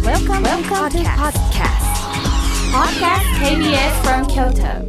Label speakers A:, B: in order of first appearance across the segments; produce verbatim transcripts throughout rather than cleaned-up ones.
A: Welcome, Welcome to podcast. Podcast ケービーエス from Kyoto.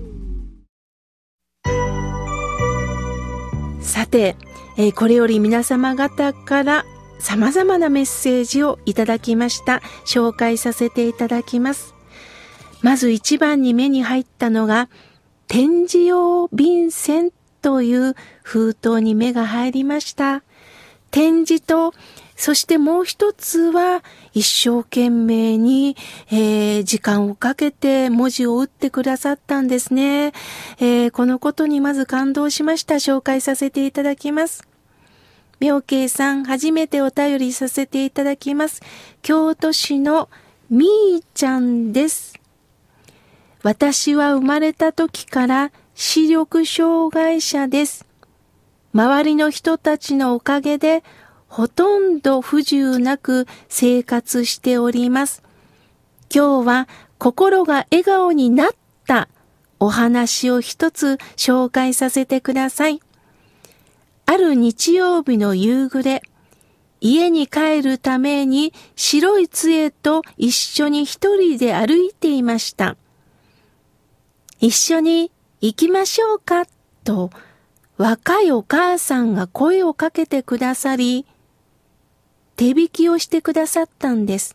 B: さて、えー、これより皆様方から様々なメッセージをいただきました。紹介させていただきます。まず一番に目に入ったのが、展示用便箋という封筒に目が入りました。展示と、そしてもう一つは一生懸命に、えー、時間をかけて文字を打ってくださったんですね、えー。このことにまず感動しました。紹介させていただきます。妙慶さん、初めてお便りさせていただきます。京都市のみーちゃんです。私は生まれた時から視力障害者です。周りの人たちのおかげでほとんど不自由なく生活しております。今日は心が笑顔になったお話を一つ紹介させてください。ある日曜日の夕暮れ、家に帰るために白い杖と一緒に一人で歩いていました。一緒に行きましょうかと若いお母さんが声をかけてくださり、手引きをしてくださったんです。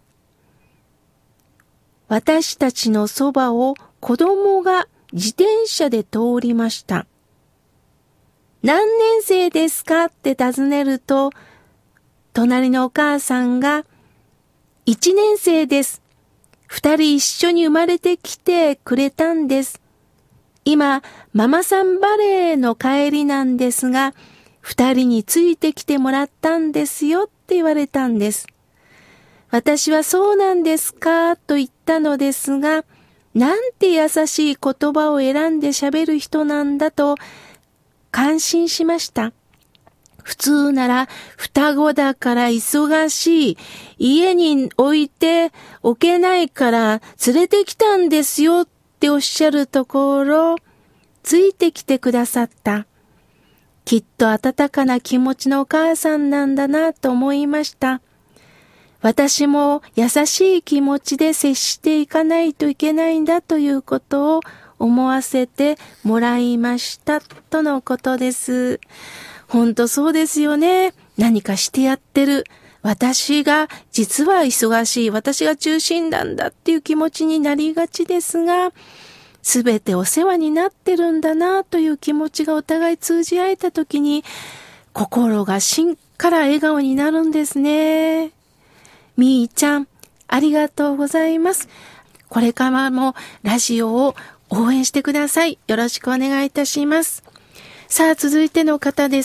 B: 私たちのそばを子供が自転車で通りました。何年生ですかって尋ねると、隣のお母さんが一年生です。二人一緒に生まれてきてくれたんです。今、ママさんバレーの帰りなんですが、二人についてきてもらったんですよって言われたんです。私はそうなんですかと言ったのですが、なんて優しい言葉を選んで喋る人なんだと感心しました。普通なら双子だから忙しい、家に置いておけないから連れてきたんですよっておっしゃるところ、ついてきてくださった。きっと温かな気持ちのお母さんなんだなと思いました。私も優しい気持ちで接していかないといけないんだということを思わせてもらいましたとのことです。本当そうですよね。何かしてやってる。私が実は忙しい。私が中心なんだっていう気持ちになりがちですが、すべてお世話になってるんだなという気持ちがお互い通じ合えたときに、心が芯から笑顔になるんですね。みーちゃん、ありがとうございます。これからもラジオを応援してください。よろしくお願いいたします。さあ、続いての方です。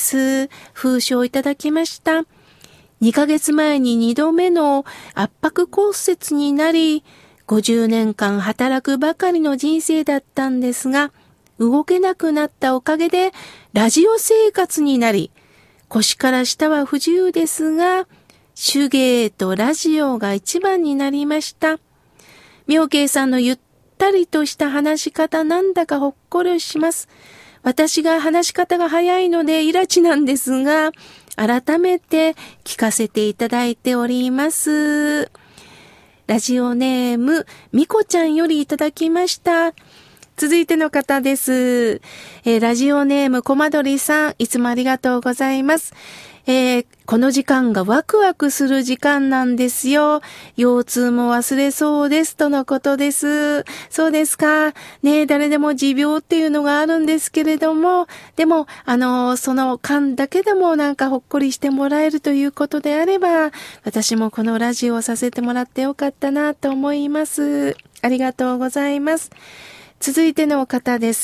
B: 封書をいただきました。にかげつまえににどめの圧迫骨折になり、ごじゅうねんかん働くばかりの人生だったんですが、動けなくなったおかげでラジオ生活になり、腰から下は不自由ですが、手芸とラジオが一番になりました。妙慶さんのゆったりとした話し方なんだかほっこりします。私が話し方が早いのでイラチなんですが、改めて聞かせていただいております。ラジオネーム、みこちゃんよりいただきました。続いての方です。えー、ラジオネーム、こまどりさん、いつもありがとうございます。えー、この時間がワクワクする時間なんですよ。腰痛も忘れそうですとのことです。そうですか。ねえ、誰でも持病っていうのがあるんですけれども、でも、あの、その間だけでもなんかほっこりしてもらえるということであれば、私もこのラジオをさせてもらってよかったなと思います。ありがとうございます。続いての方です。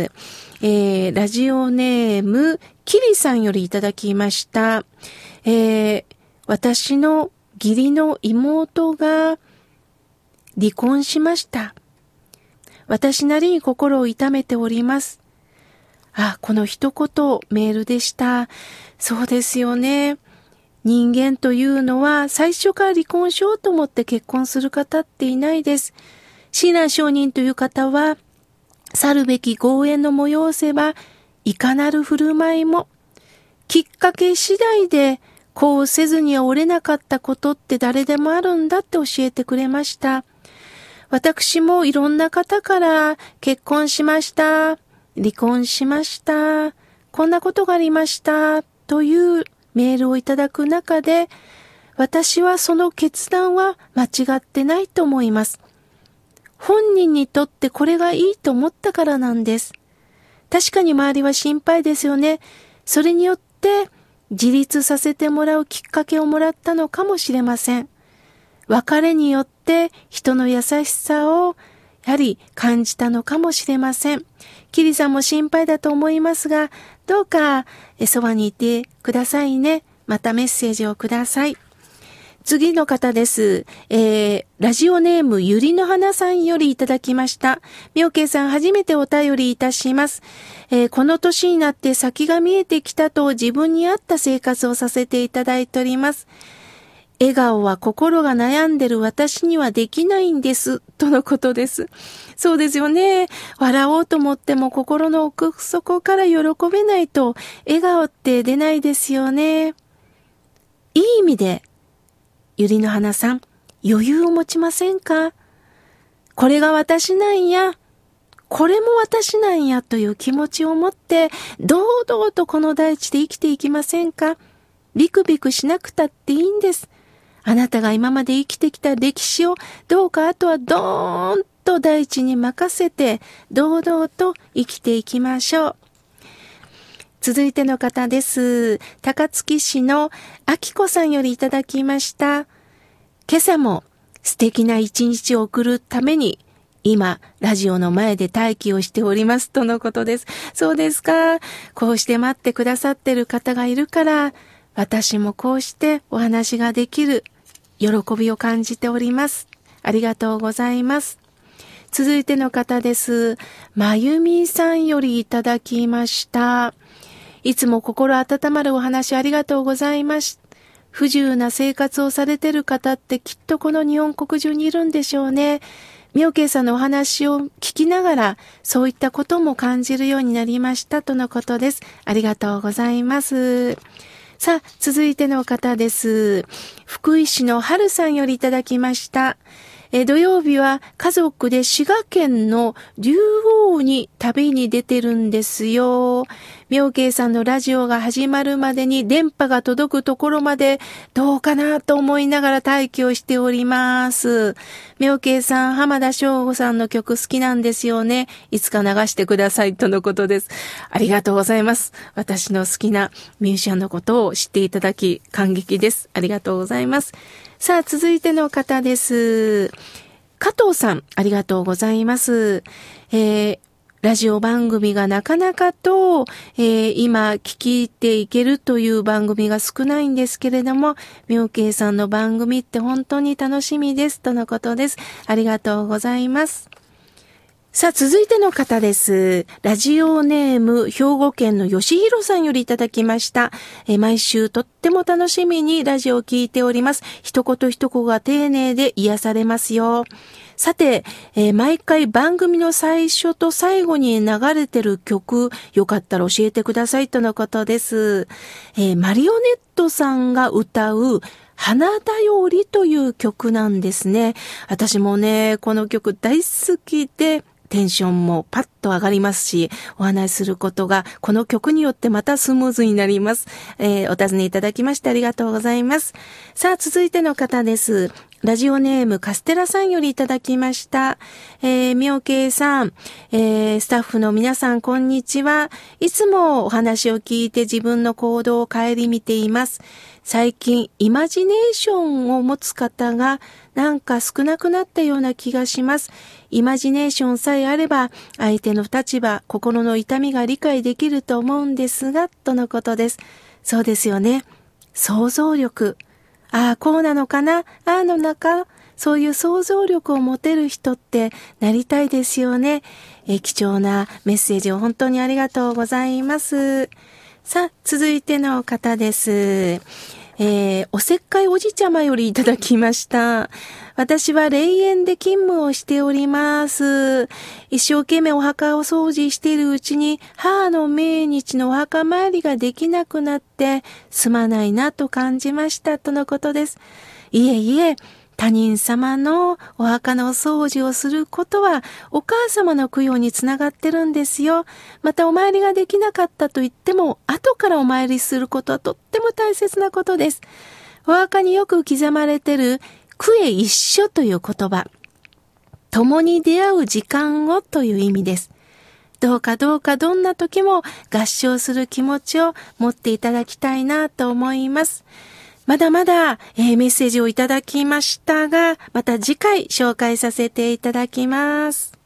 B: えー、ラジオネーム、キリさんよりいただきました。えー、私の義理の妹が離婚しました。私なりに心を痛めております。あ、この一言メールでした。そうですよね。人間というのは最初から離婚しようと思って結婚する方っていないです。親鸞上人という方は、去るべき業縁の催せば、いかなる振る舞いも、きっかけ次第でこうせずには折れなかったことって誰でもあるんだって教えてくれました。私もいろんな方から結婚しました、離婚しました、こんなことがありましたというメールをいただく中で、私はその決断は間違ってないと思います。本人にとってこれがいいと思ったからなんです。確かに周りは心配ですよね。それによって自立させてもらうきっかけをもらったのかもしれません。別れによって人の優しさをやはり感じたのかもしれません。キリさんも心配だと思いますが、どうかそばにいてくださいね。またメッセージをください。次の方です。えー、ラジオネームゆりの花さんよりいただきました。みょうけいさん、初めてお便りいたします。えー、この年になって先が見えてきたと自分に合った生活をさせていただいております。笑顔は心が悩んでる私にはできないんです、とのことです。そうですよね。笑おうと思っても心の奥底から喜べないと笑顔って出ないですよね。いい意味で、ゆりの花さん、余裕を持ちませんか？これが私なんや、これも私なんやという気持ちを持って、堂々とこの大地で生きていきませんか？ビクビクしなくたっていいんです。あなたが今まで生きてきた歴史を、どうかあとはドーンと大地に任せて、堂々と生きていきましょう。続いての方です。高槻市のあきこさんよりいただきました。今朝も素敵な一日を送るために、今、ラジオの前で待機をしております、とのことです。そうですか。こうして待ってくださってる方がいるから、私もこうしてお話ができる喜びを感じております。ありがとうございます。続いての方です。まゆみさんよりいただきました。いつも心温まるお話ありがとうございます。不自由な生活をされている方ってきっとこの日本国中にいるんでしょうね。みょうけいさんのお話を聞きながらそういったことも感じるようになりましたとのことです。ありがとうございます。さあ、続いての方です。福井市の春さんよりいただきました。え土曜日は家族で滋賀県の竜王に旅に出てるんですよ。みょうけいさんのラジオが始まるまでに電波が届くところまでどうかなと思いながら待機をしております。みょうけいさん、浜田省吾さんの曲好きなんですよね。いつか流してくださいとのことです。ありがとうございます。私の好きなミュージシャンのことを知っていただき感激です。ありがとうございます。さあ、続いての方です。加藤さん、ありがとうございます。えー、ラジオ番組がなかなかと、えー、今聞いていけるという番組が少ないんですけれども、みょうけいさんの番組って本当に楽しみですとのことです。ありがとうございます。さあ、続いての方です。ラジオネーム、兵庫県の吉弘さんよりいただきました。え毎週とっても楽しみにラジオを聞いております。一言一言が丁寧で癒されますよ。さて、えー、毎回番組の最初と最後に流れてる曲、よかったら教えてくださいとのことです。えー、マリオネットさんが歌う花だよりという曲なんですね。私もね、この曲大好きで、テンションもパッと上がりますし、お話しすることがこの曲によってまたスムーズになります。えー、お尋ねいただきましてありがとうございます。さあ、続いての方です。ラジオネームカステラさんよりいただきました。えー、みょうけいさん、えー、スタッフの皆さんこんにちは。いつもお話を聞いて自分の行動を顧みています。最近イマジネーションを持つ方がなんか少なくなったような気がします。イマジネーションさえあれば相手の立場、心の痛みが理解できると思うんですが、とのことです。そうですよね。想像力。ああ、こうなのかな、ああの中、そういう想像力を持てる人ってなりたいですよね。え貴重なメッセージを本当にありがとうございます。さあ、続いての方です。 えー、おせっかいおじちゃまよりいただきました。私は霊園で勤務をしております。一生懸命お墓を掃除しているうちに母の命日のお墓参りができなくなってすまないなと感じましたとのことです。いえいえ、他人様のお墓の掃除をすることはお母様の供養につながってるんですよ。またお参りができなかったと言っても後からお参りすることはとっても大切なことです。お墓によく刻まれてる句へ一緒という言葉、共に出会う時間をという意味です。どうかどうかどんな時も合唱する気持ちを持っていただきたいなと思います。まだまだ、えー、メッセージをいただきましたが、また次回紹介させていただきます。